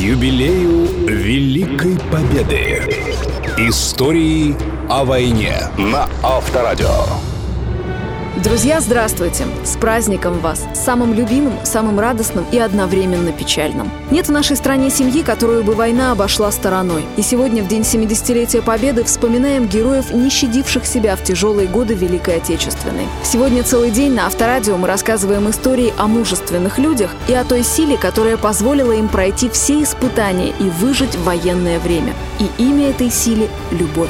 юбилею Великой Победы. Истории о войне на Авторадио. Друзья, здравствуйте! С праздником вас! Самым любимым, самым радостным и одновременно печальным. Нет в нашей стране семьи, которую бы война обошла стороной. И сегодня, в день 70-летия Победы, вспоминаем героев, не щадивших себя в тяжелые годы Великой Отечественной. Сегодня целый день на Авторадио мы рассказываем истории о мужественных людях и о той силе, которая позволила им пройти все испытания и выжить в военное время. И имя этой силе – любовь.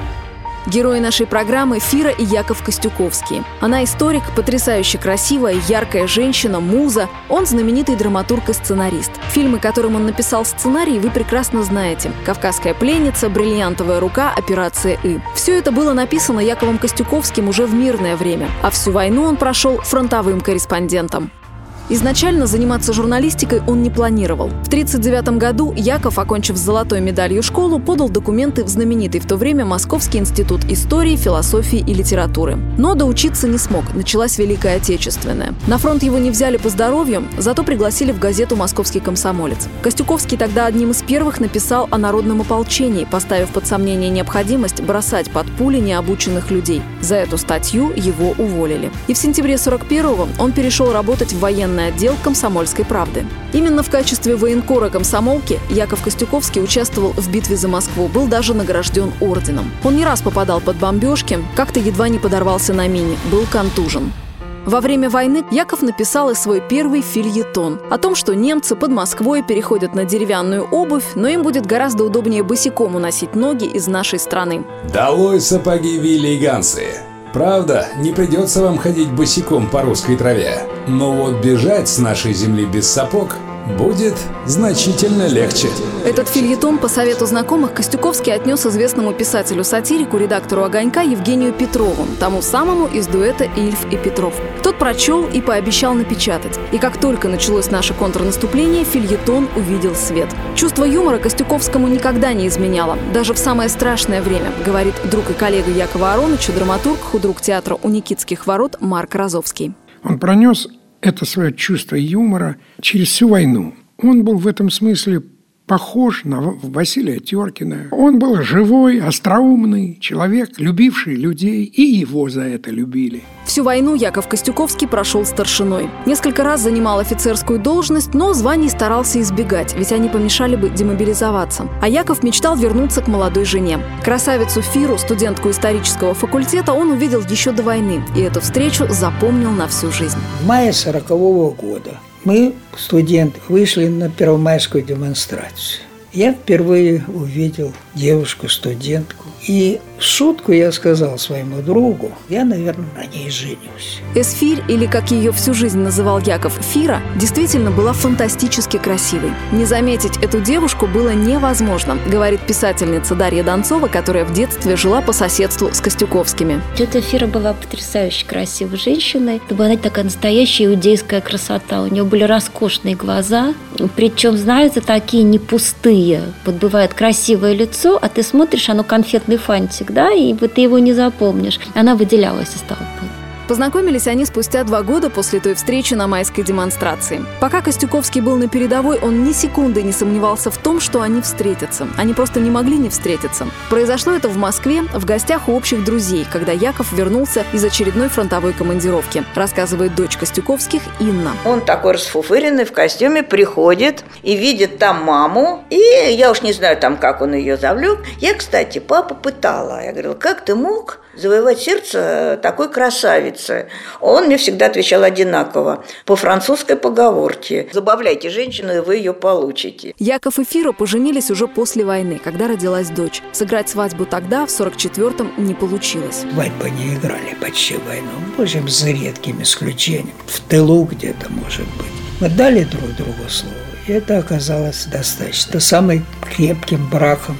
Герои нашей программы – Фира и Яков Костюковский. Она историк, потрясающе красивая, яркая женщина, муза. Он знаменитый драматург и сценарист. Фильмы, которым он написал сценарий, вы прекрасно знаете. «Кавказская пленница», «Бриллиантовая рука», «Операция И». Все это было написано Яковом Костюковским уже в мирное время, а всю войну он прошел фронтовым корреспондентом. Изначально заниматься журналистикой он не планировал. В 1939 году Яков, окончив с золотой медалью школу, подал документы в знаменитый в то время Московский институт истории, философии и литературы. Но доучиться не смог, началась Великая Отечественная. На фронт его не взяли по здоровью, зато пригласили в газету «Московский комсомолец». Костюковский тогда одним из первых написал о народном ополчении, поставив под сомнение необходимость бросать под пули необученных людей. За эту статью его уволили. И в сентябре 1941-го он перешел работать в военный отдел «Комсомольской правды». Именно в качестве военкора комсомолки Яков Костюковский участвовал в битве за Москву, был даже награжден орденом. Он не раз попадал под бомбежки, как-то едва не подорвался на мине, был контужен. Во время войны Яков написал и свой первый фельетон о том, что немцы под Москвой переходят на деревянную обувь, но им будет гораздо удобнее босиком уносить ноги из нашей страны. Долой сапоги Вилли и Гансы! Правда, не придется вам ходить босиком по русской траве, но вот бежать с нашей земли без сапог будет значительно легче. Этот фельетон по совету знакомых Костюковский отнес известному писателю-сатирику, редактору «Огонька» Евгению Петрову, тому самому из дуэта «Ильф и Петров». Тот прочел и пообещал напечатать. И как только началось наше контрнаступление, фельетон увидел свет. Чувство юмора Костюковскому никогда не изменяло, даже в самое страшное время, говорит друг и коллега Якова Ароновича, драматург, худрук театра у Никитских ворот Марк Розовский. Он пронес это свое чувство юмора через всю войну. Он был в этом смысле похож на Василия Теркина. Он был живой, остроумный человек, любивший людей, и его за это любили. Всю войну Яков Костюковский прошел старшиной. Несколько раз занимал офицерскую должность, но званий старался избегать, ведь они помешали бы демобилизоваться. А Яков мечтал вернуться к молодой жене. Красавицу Фиру, студентку исторического факультета, он увидел еще до войны, и эту встречу запомнил на всю жизнь. В мае 1940 года мы, студенты, вышли на первомайскую демонстрацию. Я впервые увидел девушку-студентку. И в шутку я сказал своему другу, я, наверное, на ней женюсь. Эсфирь, или как ее всю жизнь называл Яков, Фира, действительно была фантастически красивой. Не заметить эту девушку было невозможно, говорит писательница Дарья Донцова, которая в детстве жила по соседству с Костюковскими. Тетя Фира была потрясающе красивой женщиной. Это была такая настоящая иудейская красота. У нее были роскошные глаза, причем, знаете, такие не пустые. Вот бывает красивое лицо, а ты смотришь, оно конфетный фантик, да, и вот ты его не запомнишь. Она выделялась из толпы. Познакомились они спустя 2 года после той встречи на майской демонстрации. Пока Костюковский был на передовой, он ни секунды не сомневался в том, что они встретятся. Они просто не могли не встретиться. Произошло это в Москве, в гостях у общих друзей, когда Яков вернулся из очередной фронтовой командировки, рассказывает дочь Костюковских Инна. Он такой расфуфыренный в костюме приходит и видит там маму, и я уж не знаю там, как он ее завлек. Я, кстати, папа пытала. Я говорила, как ты мог завоевать сердце такой красавицы? Он мне всегда отвечал одинаково, по французской поговорке: забавляйте женщину, и вы ее получите. Яков и Фира поженились уже после войны, когда родилась дочь. Сыграть свадьбу тогда, в 1944-м, не получилось. Свадьбы не играли почти в войну, в общем, за редким исключением. В тылу где-то, может быть. Мы дали друг другу слово, и это оказалось достаточно. Самым крепким браком.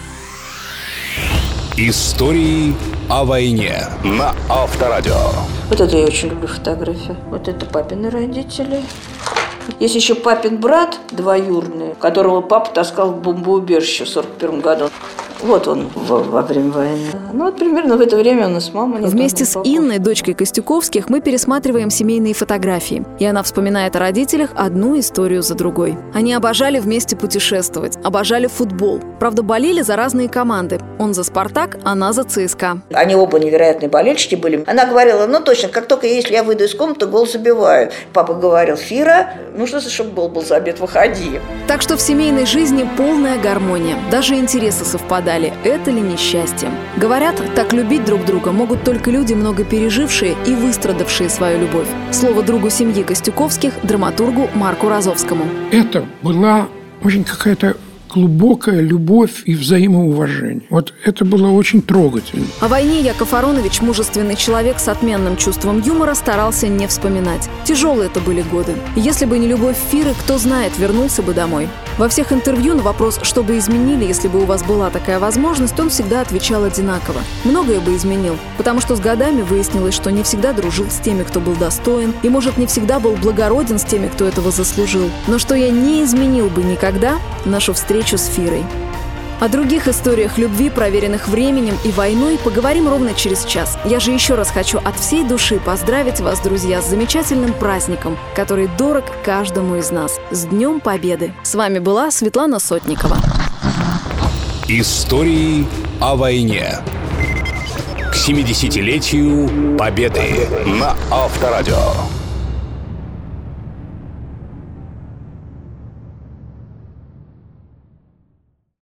Истории о войне на Авторадио. Вот это я очень люблю фотографии. Вот это папины родители. Есть еще папин брат двоюродный, которого папа таскал в бомбоубежище в 1941 году. Вот он во время войны. Ну, вот примерно в это время у нас мама... Вместе с Инной, дочкой Костюковских, мы пересматриваем семейные фотографии. И она вспоминает о родителях одну историю за другой. Они обожали вместе путешествовать, обожали футбол. Правда, болели за разные команды. Он за «Спартак», она за ЦСКА. Они оба невероятные болельщики были. Она говорила, ну точно, как только если я выйду из комнаты, гол забиваю. Папа говорил, Фира, ну что, чтобы гол был забит, выходи. Так что в семейной жизни полная гармония. Даже интересы совпадали. Это ли не счастье? Говорят, так любить друг друга могут только люди, много пережившие и выстрадавшие свою любовь. Слово другу семьи Костюковских, драматургу Марку Розовскому. Это была очень какая-то глубокая любовь и взаимоуважение. Вот это было очень трогательно. О войне Яков Аронович, мужественный человек с отменным чувством юмора, старался не вспоминать. Тяжелые это были годы. Если бы не любовь Фиры, кто знает, вернулся бы домой. Во всех интервью на вопрос, что бы изменили, если бы у вас была такая возможность, он всегда отвечал одинаково. Многое бы изменил, потому что с годами выяснилось, что не всегда дружил с теми, кто был достоин, и, может, не всегда был благороден с теми, кто этого заслужил. Но что я не изменил бы никогда — нашу встречу с Фирой. О других историях любви, проверенных временем и войной, поговорим ровно через час. Я же еще раз хочу от всей души поздравить вас, друзья, с замечательным праздником, который дорог каждому из нас. С Днем Победы! С вами была Светлана Сотникова. Истории о войне. К 70-летию Победы на Авторадио.